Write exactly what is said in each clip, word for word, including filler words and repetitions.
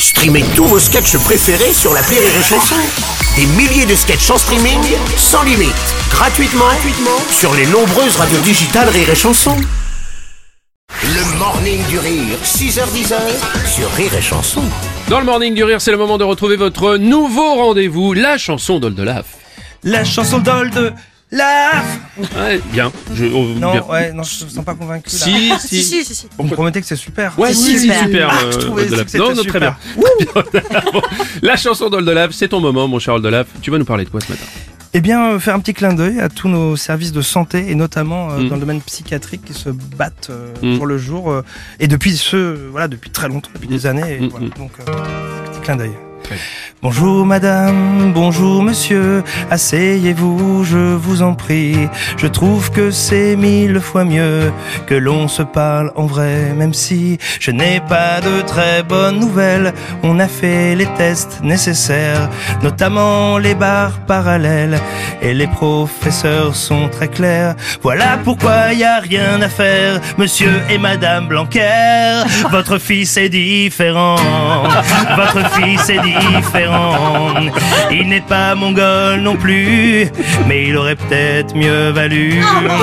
Streamez tous vos sketchs préférés sur l'appli Rire et Chanson. Des milliers de sketchs en streaming, sans limite, gratuitement, gratuitement sur les nombreuses radios digitales Rire et Chanson. Le Morning du Rire, six heures dix sur Rire et Chanson. Dans le Morning du Rire, c'est le moment de retrouver votre nouveau rendez-vous, la chanson d'Oldelaf. La chanson d'Oldelaf. Ouais, bien. Je, oh, Non, bien. ouais, non, je me sens pas convaincu. Là. Si, Ah, si. si, si, si, si. Vous me promettez que c'est super. Ouais, C'est si, si, super. super. Ah, euh, je trouvais Oldelaf. que c'était Non, non, super. très bien. Bon, la chanson d'Oldelaf, c'est ton moment, mon cher Oldelaf. Tu vas nous parler de quoi ce matin? Eh bien, euh, faire un petit clin d'œil à tous nos services de santé et notamment euh, Mm. dans le domaine psychiatrique qui se battent euh, Mm. jour le jour euh, et depuis ce, voilà, depuis très longtemps, depuis des années. Et Mm. voilà, Mm. donc, euh, petit clin d'œil. Très bien. Bonjour madame, bonjour monsieur, asseyez-vous, je vous en prie. Je trouve que c'est mille fois mieux que l'on se parle en vrai, même si je n'ai pas de très bonnes nouvelles. On a fait les tests nécessaires, notamment les barres parallèles, et les professeurs sont très clairs. Voilà pourquoi y a rien à faire, monsieur et madame Blanquer. Votre fils est différent, votre fils est différent. Il n'est pas mongol non plus, mais il aurait peut-être mieux valu.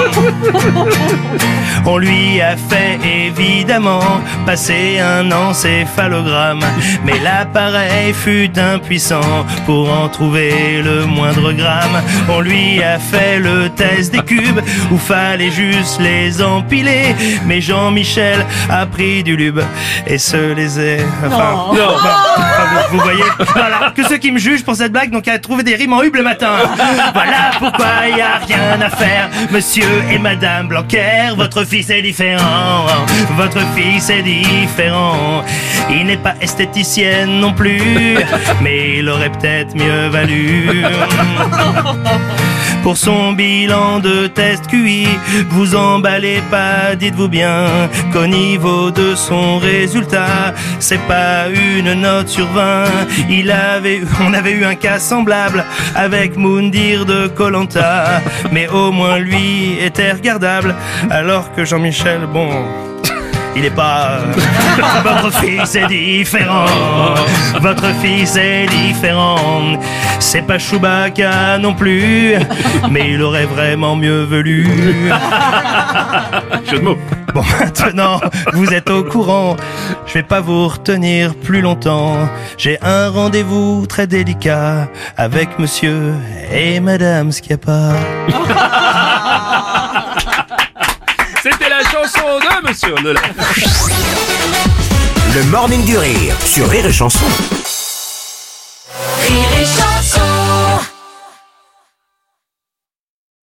On lui a fait évidemment passer un encéphalogramme, mais l'appareil fut impuissant pour en trouver le moindre gramme. On lui a fait le test des cubes où fallait juste les empiler, mais Jean-Michel a pris du lube et se les est... Enfin, Non. bah, enfin, vous, vous voyez, voilà, que ceux qui me jugent pour cette blague n'ont qu'à trouver des rimes en hub le matin. Voilà pourquoi y a rien à faire, monsieur et madame Blanquer. Votre fils est différent, votre fils est différent. Il n'est pas esthéticienne non plus, mais il aurait peut-être mieux valu. Pour son bilan de test Q I, vous emballez pas, dites-vous bien qu'au niveau de son résultat, c'est pas une note sur vingt. Il avait, on avait eu un cas semblable avec Moundir de Koh-Lanta, mais au moins lui était regardable, alors que Jean-Michel, bon... il est pas... Votre fils est différent, votre fils est différent. C'est pas Chewbacca non plus, mais il aurait vraiment mieux valu. Jeu de mots. Bon, maintenant, vous êtes au courant, je vais pas vous retenir plus longtemps. J'ai un rendez-vous très délicat avec monsieur et madame Schiappa. C'était la chanson de Monsieur Oldelaf. Le Morning du Rire sur Rire et Chanson. Rire et Chanson.